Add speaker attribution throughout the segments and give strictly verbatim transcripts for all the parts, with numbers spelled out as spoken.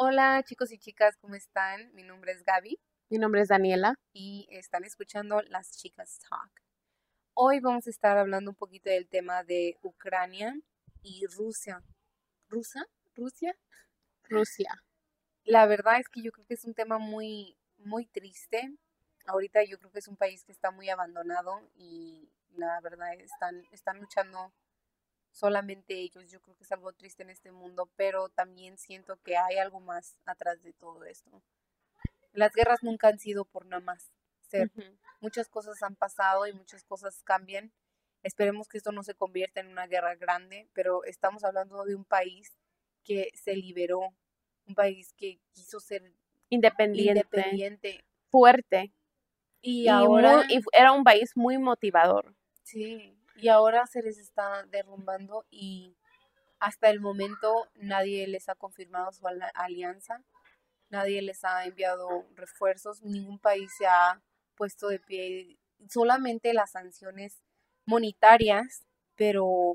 Speaker 1: Hola chicos y chicas, ¿cómo están? Mi nombre es Gaby
Speaker 2: Mi nombre es Daniela.
Speaker 1: y están escuchando Las Chicas Talk. Hoy vamos a estar hablando un poquito del tema de Ucrania y Rusia. ¿Rusia? ¿Rusia?
Speaker 2: Rusia.
Speaker 1: La verdad es que yo creo que es un tema muy, muy triste. Ahorita yo creo que es un país que está muy abandonado y la verdad están, están luchando solamente ellos. Yo creo que es algo triste en este mundo, pero también siento que hay algo más atrás de todo esto. Las guerras nunca han sido por nada más ser.
Speaker 2: Ujú.
Speaker 1: Muchas cosas han pasado y muchas cosas cambian. Esperemos que esto no se convierta en una guerra grande, pero estamos hablando de un país que se liberó, un país que quiso ser
Speaker 2: Independiente,
Speaker 1: independiente
Speaker 2: fuerte
Speaker 1: y
Speaker 2: y,
Speaker 1: ahora,
Speaker 2: muy, y era un país muy motivador.
Speaker 1: sí, y ahora se les está derrumbando y hasta el momento nadie les ha confirmado su ala- alianza. Nadie les ha enviado refuerzos, ningún país se ha puesto de pie, solamente las sanciones monetarias, pero,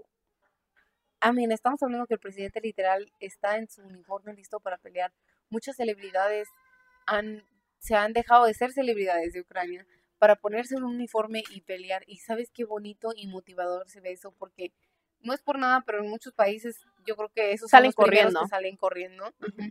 Speaker 1: a mí, estamos hablando que el presidente literal está en su uniforme listo para pelear. Muchas celebridades han, se han dejado de ser celebridades de Ucrania para ponerse un uniforme y pelear. Y sabes qué bonito y motivador se ve eso, porque no es por nada, pero en muchos países yo creo que esos son
Speaker 2: Salen
Speaker 1: los primeros
Speaker 2: corriendo.
Speaker 1: que salen corriendo.
Speaker 2: Ujú.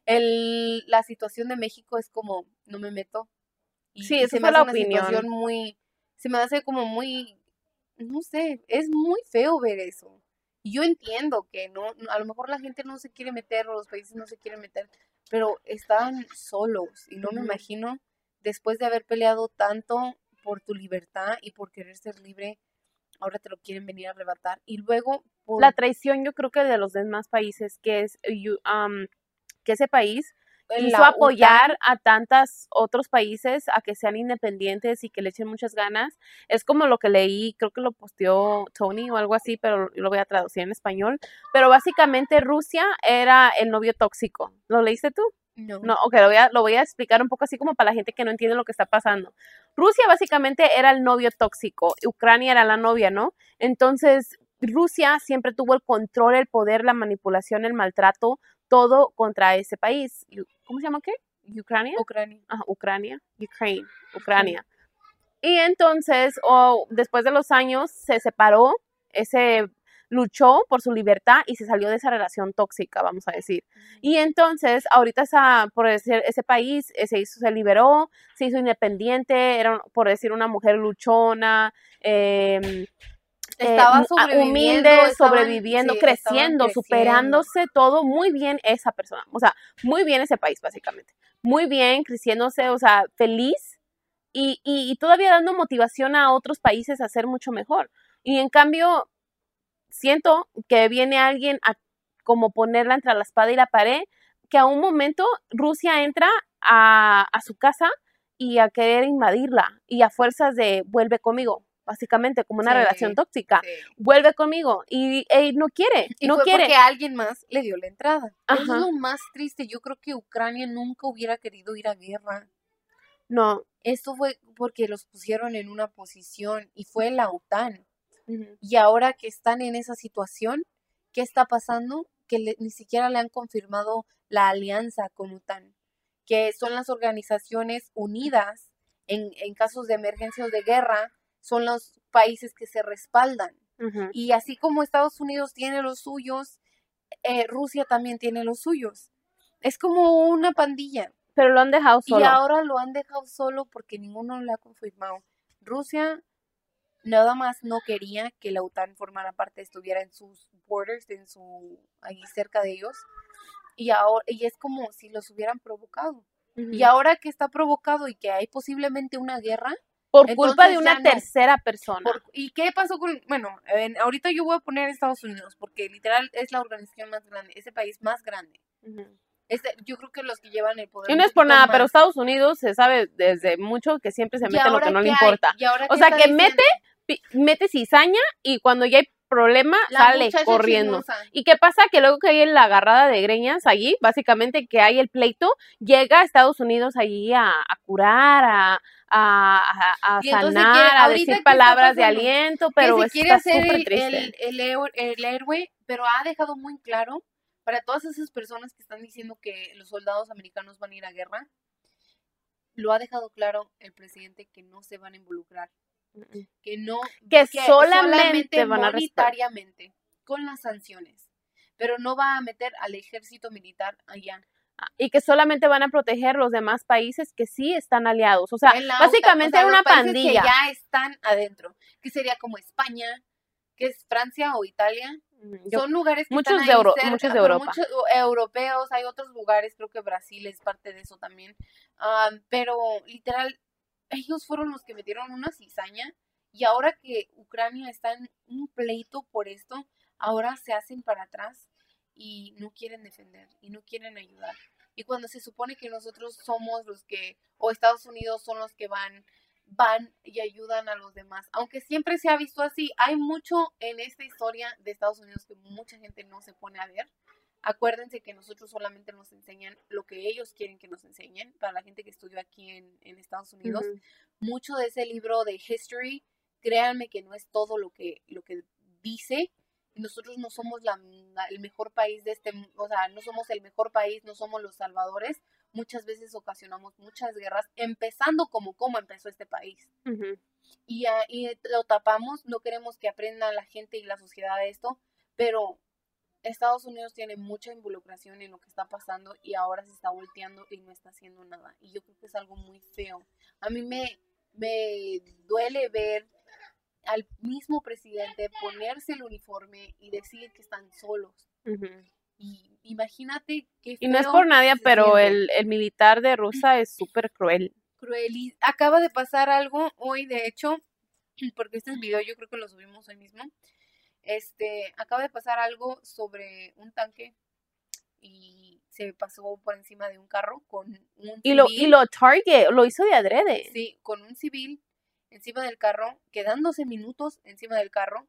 Speaker 1: El, la situación de México es como, no me meto. Y,
Speaker 2: Sí,
Speaker 1: y
Speaker 2: esa
Speaker 1: se me
Speaker 2: fue
Speaker 1: hace
Speaker 2: la
Speaker 1: una situación
Speaker 2: opinión.
Speaker 1: muy, se me hace como muy, no sé, es muy feo ver eso. Y yo entiendo que no, no- a lo mejor la gente no se quiere meter o los países no se quieren meter, pero están solos y no me
Speaker 2: Ujú.
Speaker 1: imagino después de haber peleado tanto por tu libertad y por querer ser libre, ahora te lo quieren venir a arrebatar. Y luego
Speaker 2: La
Speaker 1: por
Speaker 2: traición, yo creo que de los demás países, que es you- um, que ese país quiso
Speaker 1: la
Speaker 2: apoyar
Speaker 1: OTAN,
Speaker 2: a tantos otros países a que sean independientes y que le echen muchas ganas. Es como lo que leí, creo que lo posteó Tony o algo así, pero lo voy a traducir en español. Pero básicamente Rusia era el novio tóxico. ¿Lo leíste tú?
Speaker 1: no,
Speaker 2: No, ok, lo voy, a, lo voy a explicar un poco así como para la gente que no entiende lo que está pasando. Rusia básicamente era el novio tóxico, Ucrania era la novia, ¿no? Entonces, Rusia siempre tuvo el control, el poder, la manipulación, el maltrato, todo contra ese país. ¿Cómo se llama qué? ¿Ucrania?
Speaker 1: Ucrania.
Speaker 2: Ajá, Ucrania, Ukraine, Ucrania. Sí. Y entonces, oh, después de los años, se separó, ese luchó por su libertad y se salió de esa relación tóxica, vamos a decir. Y entonces, ahorita esa, por decir, ese país se hizo, se liberó, se hizo independiente, era, por decir, una mujer luchona, eh,
Speaker 1: Estaba
Speaker 2: eh,
Speaker 1: sobreviviendo,
Speaker 2: humilde,
Speaker 1: estaban,
Speaker 2: sobreviviendo,
Speaker 1: sí, estaban
Speaker 2: creciendo,
Speaker 1: creciendo.
Speaker 2: superándose, todo muy bien esa persona, o sea, muy bien ese país básicamente, muy bien, creciéndose, o sea, feliz y, y, y todavía dando motivación a otros países a ser mucho mejor. Y en cambio, siento que viene alguien a como ponerla entre la espada y la pared, que a un momento Rusia entra a, a su casa y a querer invadirla y a fuerzas de vuelve conmigo, básicamente como una
Speaker 1: Sí,
Speaker 2: relación tóxica,
Speaker 1: sí.
Speaker 2: vuelve conmigo y él no quiere,
Speaker 1: Y
Speaker 2: no
Speaker 1: fue
Speaker 2: quiere.
Speaker 1: porque alguien más le dio la entrada. Eso es
Speaker 2: Ajá,
Speaker 1: lo más triste. Yo creo que Ucrania nunca hubiera querido ir a guerra.
Speaker 2: no.
Speaker 1: Esto fue porque los pusieron en una posición y fue la OTAN.
Speaker 2: Ujú.
Speaker 1: Y ahora que están en esa situación, ¿qué está pasando? Que le- ni siquiera le han confirmado la alianza con OTAN, que son las organizaciones unidas en, en casos de emergencia o de guerra, son los países que se respaldan.
Speaker 2: Ujú.
Speaker 1: Y así como Estados Unidos tiene los suyos, eh, Rusia también tiene los suyos. Es como una pandilla.
Speaker 2: Pero lo han dejado
Speaker 1: Y
Speaker 2: solo.
Speaker 1: ahora lo han dejado solo porque ninguno le ha confirmado. Rusia nada más no quería que la OTAN formara parte, estuviera en sus borders, en su, ahí cerca de ellos. Y ahora, y es como si los hubieran provocado.
Speaker 2: Ujú.
Speaker 1: Y ahora que está provocado y que hay posiblemente una guerra,
Speaker 2: Por culpa de
Speaker 1: entonces
Speaker 2: una
Speaker 1: ya no.
Speaker 2: tercera persona.
Speaker 1: Por- ¿Y qué pasó con, bueno, en- ahorita yo voy a poner Estados Unidos, porque literal es la organización más grande, ese país más grande.
Speaker 2: Ujú.
Speaker 1: Este, yo creo que los que llevan el poder
Speaker 2: Y
Speaker 1: un
Speaker 2: no es por
Speaker 1: poquito
Speaker 2: nada,
Speaker 1: más.
Speaker 2: pero Estados Unidos se sabe desde mucho que siempre se
Speaker 1: ¿Y
Speaker 2: mete en lo
Speaker 1: ahora
Speaker 2: que no le
Speaker 1: qué hay?
Speaker 2: importa.
Speaker 1: ¿Y ahora
Speaker 2: O
Speaker 1: qué
Speaker 2: sea,
Speaker 1: está
Speaker 2: que
Speaker 1: diciendo?
Speaker 2: mete, pi- mete cizaña y cuando ya hay problema
Speaker 1: La
Speaker 2: sale
Speaker 1: muchacha
Speaker 2: corriendo.
Speaker 1: chismosa.
Speaker 2: ¿Y qué pasa? Que luego que hay la agarrada de greñas allí, básicamente que hay el pleito, llega a Estados Unidos allí a, a curar, a, a, a, a
Speaker 1: Y entonces
Speaker 2: sanar,
Speaker 1: quiere-
Speaker 2: a
Speaker 1: ahorita,
Speaker 2: decir
Speaker 1: ¿qué está
Speaker 2: palabras de
Speaker 1: pasando?
Speaker 2: aliento,
Speaker 1: Que
Speaker 2: pero
Speaker 1: se quiere
Speaker 2: está
Speaker 1: hacer
Speaker 2: súper
Speaker 1: el,
Speaker 2: triste.
Speaker 1: el, el, héroe- el héroe, pero ha dejado muy claro, para todas esas personas que están diciendo que los soldados americanos van a ir a guerra, lo ha dejado claro el presidente que no se van a involucrar,
Speaker 2: Mm-mm.
Speaker 1: que no,
Speaker 2: Que
Speaker 1: que
Speaker 2: solamente van a respaldar.
Speaker 1: monetariamente con las sanciones, pero no va a meter al ejército militar allá.
Speaker 2: Ah, y que solamente van a proteger los demás países que sí están aliados. O sea,
Speaker 1: En la OTAN,
Speaker 2: básicamente
Speaker 1: o sea,
Speaker 2: era
Speaker 1: los
Speaker 2: una
Speaker 1: países
Speaker 2: pandilla.
Speaker 1: que ya están adentro, que sería como España, que es Francia o Italia.
Speaker 2: Mm, yo-
Speaker 1: Son lugares que
Speaker 2: muchos
Speaker 1: están
Speaker 2: de
Speaker 1: ahí
Speaker 2: Euro-
Speaker 1: cerca,
Speaker 2: muchos de
Speaker 1: pero
Speaker 2: Europa.
Speaker 1: muchos europeos, hay otros lugares, creo que Brasil es parte de eso también. Ah, pero literal, ellos fueron los que metieron una cizaña y ahora que Ucrania está en un pleito por esto, ahora se hacen para atrás y no quieren defender y no quieren ayudar. Y cuando se supone que nosotros somos los que, o Estados Unidos son los que van, van y ayudan a los demás. Aunque siempre se ha visto así, hay mucho en esta historia de Estados Unidos que mucha gente no se pone a ver. Acuérdense que nosotros solamente nos enseñan lo que ellos quieren que nos enseñen. Para la gente que estudió aquí en, en Estados Unidos,
Speaker 2: Ujú.
Speaker 1: mucho de ese libro de history, créanme que no es todo lo que, lo que dice. Nosotros no somos la, la- el mejor país de este, o sea, no somos el mejor país, no somos los salvadores. Muchas veces ocasionamos muchas guerras, empezando como cómo empezó este país.
Speaker 2: Ujú.
Speaker 1: Y, ah, y lo tapamos, no queremos que aprenda la gente y la sociedad de esto, pero Estados Unidos tiene mucha involucración en lo que está pasando y ahora se está volteando y no está haciendo nada. Y yo creo que es algo muy feo. A mí me, me duele ver al mismo presidente ponerse el uniforme y decir que están solos.
Speaker 2: Ujú.
Speaker 1: Y imagínate qué
Speaker 2: Y no es
Speaker 1: feo
Speaker 2: por nadie,
Speaker 1: se
Speaker 2: pero
Speaker 1: siente.
Speaker 2: el, el militar de Rusia es súper cruel.
Speaker 1: Cruel. Y acaba de pasar algo hoy, de hecho, porque este video yo creo que lo subimos hoy mismo. Este, acaba de pasar algo sobre un tanque y se pasó por encima de un carro con un
Speaker 2: Y lo,
Speaker 1: civil.
Speaker 2: y lo target, lo hizo de adrede.
Speaker 1: Sí, con un civil encima del carro, quedándose minutos encima del carro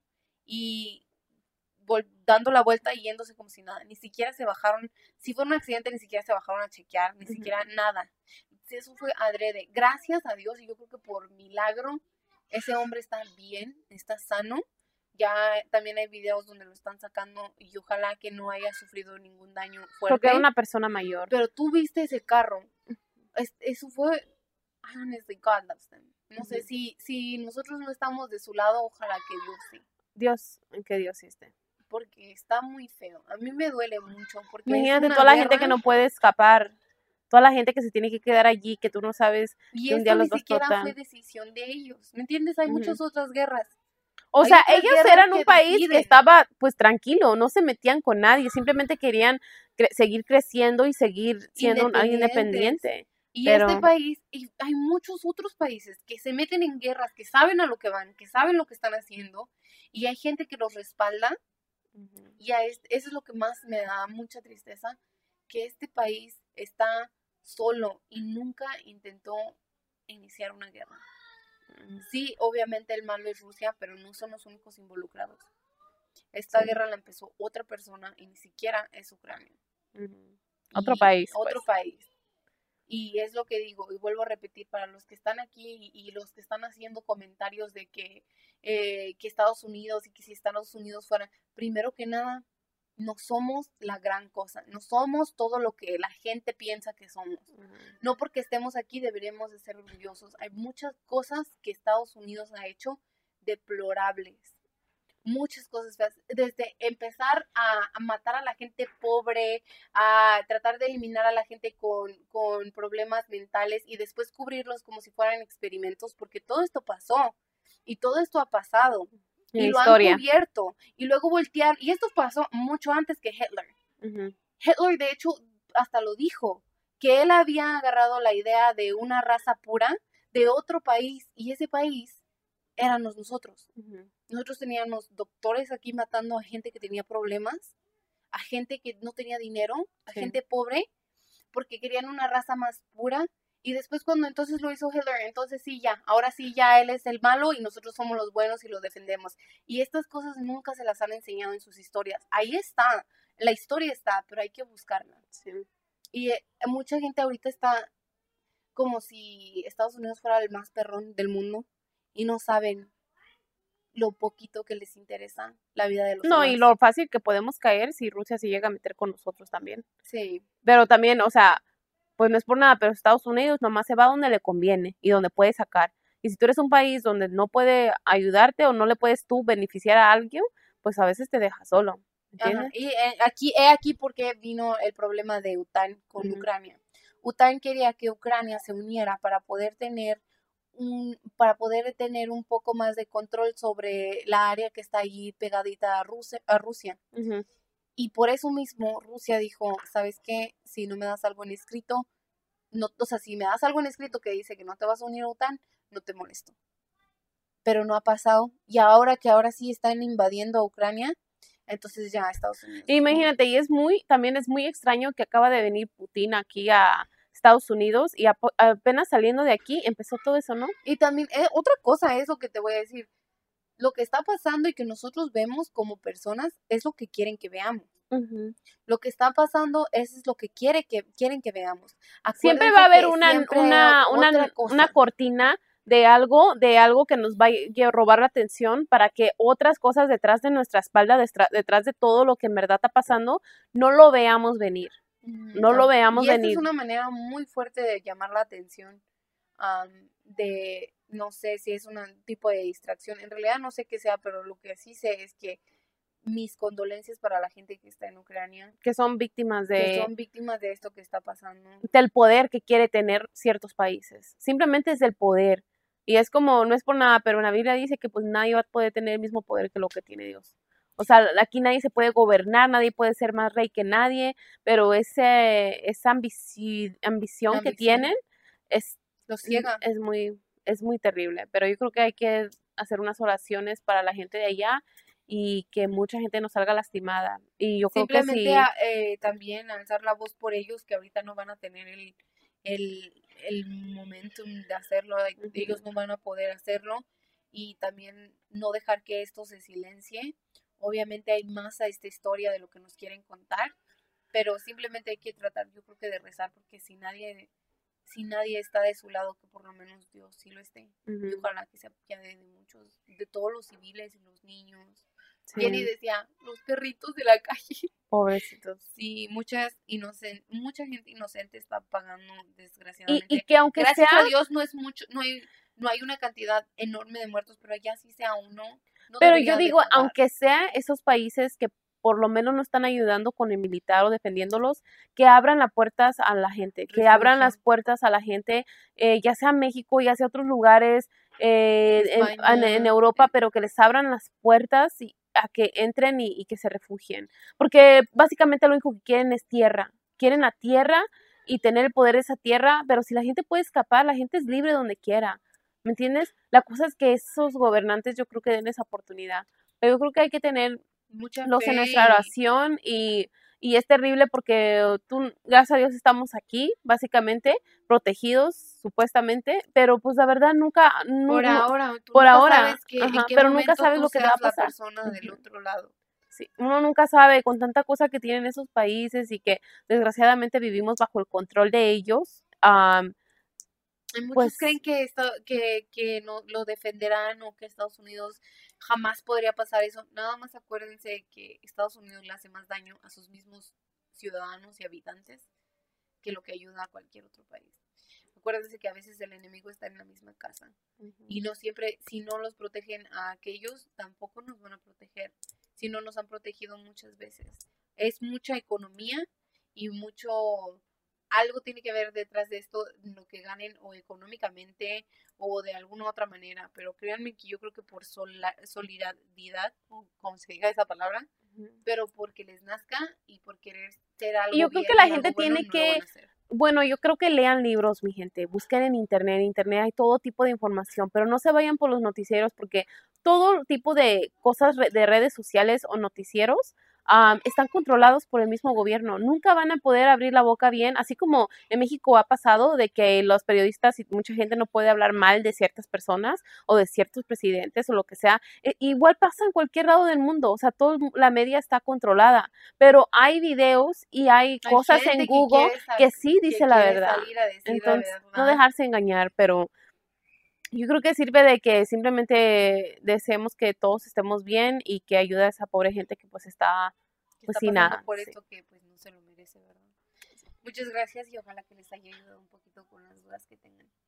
Speaker 1: y vol- dando la vuelta y yéndose como si nada. Ni siquiera se bajaron, si fue un accidente, ni siquiera se bajaron a chequear, ni
Speaker 2: Ujú.
Speaker 1: siquiera nada. Sí, eso fue adrede. Gracias a Dios, y yo creo que por milagro, ese hombre está bien, está sano. Ya también hay videos donde lo están sacando y ojalá que no haya sufrido ningún daño fuerte.
Speaker 2: Porque era una persona mayor.
Speaker 1: Pero tú viste ese carro. Es- eso fue, honestly, God loves them. No sé,
Speaker 2: Ujú.
Speaker 1: si, si nosotros no estamos de su lado, ojalá que Dios sí.
Speaker 2: Dios, en que Dios esté.
Speaker 1: Porque está muy feo. A mí me duele mucho. Porque
Speaker 2: Imagínate
Speaker 1: es una
Speaker 2: toda la gente
Speaker 1: guerra,
Speaker 2: que no puede escapar. Toda la gente que se tiene que quedar allí, que tú no sabes
Speaker 1: y
Speaker 2: que un
Speaker 1: esto
Speaker 2: día
Speaker 1: ni
Speaker 2: los va a
Speaker 1: siquiera
Speaker 2: explotar.
Speaker 1: fue decisión de ellos. ¿Me entiendes? Hay
Speaker 2: Ujú.
Speaker 1: muchas otras guerras.
Speaker 2: O
Speaker 1: Hay
Speaker 2: sea,
Speaker 1: otras
Speaker 2: ellos
Speaker 1: guerras
Speaker 2: eran un
Speaker 1: que
Speaker 2: país que
Speaker 1: deciden.
Speaker 2: estaba pues tranquilo, no se metían con nadie, simplemente querían cre- seguir creciendo y seguir siendo un, alguien
Speaker 1: Independientes.
Speaker 2: independiente.
Speaker 1: Y
Speaker 2: Pero
Speaker 1: este país, y hay muchos otros países que se meten en guerras, que saben a lo que van, que saben lo que están haciendo, y hay gente que los respalda.
Speaker 2: Ujú.
Speaker 1: Y a este, eso es lo que más me da mucha tristeza, que este país está solo y nunca intentó iniciar una guerra.
Speaker 2: Ujú.
Speaker 1: Sí, obviamente el malo es Rusia, pero no son los únicos involucrados. Esta
Speaker 2: Sí.
Speaker 1: guerra la empezó otra persona y ni siquiera es Ucrania.
Speaker 2: Ujú. Otro
Speaker 1: Y
Speaker 2: país,
Speaker 1: Otro
Speaker 2: pues.
Speaker 1: país. Y es lo que digo, y vuelvo a repetir, para los que están aquí y, y los que están haciendo comentarios de que, eh, que Estados Unidos y que si Estados Unidos fuera, primero que nada, no somos la gran cosa, no somos todo lo que la gente piensa que somos.
Speaker 2: Ujú.
Speaker 1: No porque estemos aquí deberíamos de ser orgullosos. Hay muchas cosas que Estados Unidos ha hecho deplorables. Muchas cosas feas, desde empezar a, a matar a la gente pobre, a tratar de eliminar a la gente con, con problemas mentales y después cubrirlos como si fueran experimentos, porque todo esto pasó y todo esto ha pasado
Speaker 2: En
Speaker 1: y
Speaker 2: la
Speaker 1: lo
Speaker 2: historia.
Speaker 1: han cubierto y luego voltear, y esto pasó mucho antes que Hitler.
Speaker 2: Ujú.
Speaker 1: Hitler de hecho hasta lo dijo, que él había agarrado la idea de una raza pura de otro país y ese país éramos nosotros.
Speaker 2: Ujú.
Speaker 1: Nosotros teníamos doctores aquí matando a gente que tenía problemas, a gente que no tenía dinero, a
Speaker 2: Sí.
Speaker 1: gente pobre, porque querían una raza más pura. Y después cuando entonces lo hizo Hitler, entonces sí, ya, ahora sí, ya él es el malo y nosotros somos los buenos y lo defendemos. Y estas cosas nunca se las han enseñado en sus historias. Ahí está, la historia está, pero hay que buscarla.
Speaker 2: Sí.
Speaker 1: Y eh, mucha gente ahorita está como si Estados Unidos fuera el más perrón del mundo y no saben lo poquito que les interesa la vida de los
Speaker 2: No,
Speaker 1: demás.
Speaker 2: y lo fácil que podemos caer si Rusia se llega a meter con nosotros también.
Speaker 1: Sí.
Speaker 2: Pero también, o sea, pues no es por nada, pero Estados Unidos nomás se va donde le conviene y donde puede sacar. Y si tú eres un país donde no puede ayudarte o no le puedes tú beneficiar a alguien, pues a veces te deja solo, ¿entiendes?
Speaker 1: Ajá. Y eh, aquí, he aquí porque vino el problema de OTAN con
Speaker 2: Ujú.
Speaker 1: Ucrania. OTAN quería que Ucrania se uniera para poder tener un, para poder tener un poco más de control sobre la área que está allí pegadita a Rusia, a Rusia.
Speaker 2: Ujú.
Speaker 1: Y por eso mismo Rusia dijo, ¿sabes qué? Si no me das algo en escrito, no, o sea, si me das algo en escrito que dice que no te vas a unir a OTAN, no te molesto. Pero no ha pasado. Y ahora que ahora sí están invadiendo a Ucrania, entonces ya Estados Unidos.
Speaker 2: Imagínate, y es muy, también es muy extraño que acaba de venir Putin aquí a Estados Unidos y apo- apenas saliendo de aquí empezó todo eso, ¿no?
Speaker 1: Y también, eh, otra cosa es lo que te voy a decir. Lo que está pasando y que nosotros vemos como personas es lo que quieren que veamos.
Speaker 2: Ujú.
Speaker 1: Lo que está pasando es, es lo que quiere que quieren que veamos.
Speaker 2: Siempre
Speaker 1: Acuérdense
Speaker 2: va a haber
Speaker 1: que
Speaker 2: una,
Speaker 1: siempre hay
Speaker 2: una,
Speaker 1: otra
Speaker 2: una,
Speaker 1: cosa.
Speaker 2: una cortina de algo, de algo que nos va a robar la atención para que otras cosas detrás de nuestra espalda, destra- detrás de todo lo que en verdad está pasando, no lo veamos venir.
Speaker 1: Mm,
Speaker 2: No lo
Speaker 1: ah,
Speaker 2: veamos
Speaker 1: y esta
Speaker 2: venir.
Speaker 1: es una manera muy fuerte de llamar la atención, am, de, no sé si es un tipo de distracción, en realidad no sé qué sea, pero lo que sí sé es que mis condolencias para la gente que está en Ucrania,
Speaker 2: Que son víctimas
Speaker 1: que
Speaker 2: de,
Speaker 1: son víctimas de esto que está pasando.
Speaker 2: del poder que quiere tener ciertos países. Simplemente es el poder. Y es como, no es por nada, pero en la Biblia dice que pues nadie va a poder tener el mismo poder que lo que tiene Dios. O sea, aquí nadie se puede gobernar, nadie puede ser más rey que nadie, pero ese, esa ambici- ambición que
Speaker 1: Ambición.
Speaker 2: tienen es,
Speaker 1: Los ciega.
Speaker 2: es muy, es muy terrible. Pero yo creo que hay que hacer unas oraciones para la gente de allá y que mucha gente no salga lastimada. Y yo creo que
Speaker 1: Simplemente
Speaker 2: sí.
Speaker 1: a- eh, también alzar la voz por ellos que ahorita no van a tener el, el, el momentum de hacerlo,
Speaker 2: Ujú.
Speaker 1: ellos no van a poder hacerlo y también no dejar que esto se silencie. Obviamente hay más a esta historia de lo que nos quieren contar, pero simplemente hay que tratar, yo creo que de rezar, porque si nadie, si nadie está de su lado, que por lo menos Dios sí lo esté.
Speaker 2: Ujú.
Speaker 1: Y ojalá que se apiade de muchos, de todos los civiles y los niños.
Speaker 2: Sí,
Speaker 1: Jenny decía, los perritos de la calle.
Speaker 2: pobrecitos.
Speaker 1: Sí, muchas inocen, mucha gente inocente está pagando
Speaker 2: Y,
Speaker 1: desgraciadamente.
Speaker 2: y que aunque
Speaker 1: Gracias
Speaker 2: sea,
Speaker 1: a Dios no es mucho, no hay, no hay una cantidad enorme de muertos, pero ya sí sea uno, no
Speaker 2: pero
Speaker 1: debería
Speaker 2: yo
Speaker 1: de
Speaker 2: digo,
Speaker 1: pagar.
Speaker 2: aunque sea esos países que por lo menos no están ayudando con el militar o defendiéndolos, que abran las puertas a la gente, que abran
Speaker 1: Refugio.
Speaker 2: las puertas a la gente, eh, ya sea México, ya sea otros lugares, eh, en,
Speaker 1: España,
Speaker 2: en- en Europa,
Speaker 1: eh.
Speaker 2: pero que les abran las puertas y, a que entren y, y que se refugien. Porque básicamente lo único que quieren es tierra. Quieren la tierra y tener el poder de esa tierra, pero si la gente puede escapar, la gente es libre donde quiera. ¿Me entiendes? La cosa es que esos gobernantes yo creo que den esa oportunidad. Pero yo creo que hay que tener
Speaker 1: Mucha
Speaker 2: los en
Speaker 1: fe
Speaker 2: nuestra
Speaker 1: y-
Speaker 2: oración y, y es terrible porque tú, gracias a Dios estamos aquí, básicamente, protegidos, supuestamente, pero pues la verdad nunca, nu-
Speaker 1: por
Speaker 2: nu-
Speaker 1: ahora, tú
Speaker 2: por
Speaker 1: nunca
Speaker 2: ahora,
Speaker 1: sabes que,
Speaker 2: ajá,
Speaker 1: en qué
Speaker 2: pero nunca
Speaker 1: momento
Speaker 2: sabes
Speaker 1: tú
Speaker 2: lo que te va a
Speaker 1: seas la
Speaker 2: pasar.
Speaker 1: persona del
Speaker 2: Ujú.
Speaker 1: otro lado.
Speaker 2: Sí, uno nunca sabe con tanta cosa que tienen esos países y que desgraciadamente vivimos bajo el control de ellos. am,
Speaker 1: Y muchos
Speaker 2: pues
Speaker 1: creen que, esta- que, que no lo defenderán o que Estados Unidos jamás podría pasar eso. Nada más acuérdense que Estados Unidos le hace más daño a sus mismos ciudadanos y habitantes que lo que ayuda a cualquier otro país. Acuérdense que a veces el enemigo está en la misma casa
Speaker 2: ujú.
Speaker 1: y no siempre, si no los protegen a aquellos, tampoco nos van a proteger, si no nos han protegido muchas veces. Es mucha economía y mucho, algo tiene que ver detrás de esto, lo que ganen o económicamente o de alguna otra manera, pero créanme que yo creo que por sola- solidaridad, o como se diga esa palabra,
Speaker 2: Ujú.
Speaker 1: pero porque les nazca y por querer ser algo
Speaker 2: Y yo creo
Speaker 1: bien
Speaker 2: que la
Speaker 1: y
Speaker 2: gente
Speaker 1: algo bueno,
Speaker 2: tiene
Speaker 1: no lo van
Speaker 2: que,
Speaker 1: a hacer.
Speaker 2: bueno, yo creo que lean libros, mi gente, busquen en internet, en internet hay todo tipo de información, pero no se vayan por los noticieros porque todo tipo de cosas re- de redes sociales o noticieros am, están controlados por el mismo gobierno. Nunca van a poder abrir la boca bien, así como en México ha pasado de que los periodistas y mucha gente no puede hablar mal de ciertas personas o de ciertos presidentes o lo que sea. E- igual pasa en cualquier lado del mundo, o sea, toda la media está controlada, pero hay videos y hay
Speaker 1: Hay
Speaker 2: cosas
Speaker 1: gente
Speaker 2: en
Speaker 1: que
Speaker 2: Google
Speaker 1: quiere sal-
Speaker 2: que sí
Speaker 1: que
Speaker 2: dice la
Speaker 1: quiere
Speaker 2: verdad.
Speaker 1: salir a decir la
Speaker 2: Entonces, no
Speaker 1: verdad.
Speaker 2: dejarse engañar, pero Yo creo que sirve de que simplemente deseemos que todos estemos bien y que ayude a esa pobre gente que pues está
Speaker 1: Que
Speaker 2: pues
Speaker 1: está
Speaker 2: sin
Speaker 1: pasando
Speaker 2: nada.
Speaker 1: por
Speaker 2: Sí.
Speaker 1: esto que pues no se lo merece, ¿verdad? Muchas gracias y ojalá que les haya ayudado un poquito con las dudas que tengan.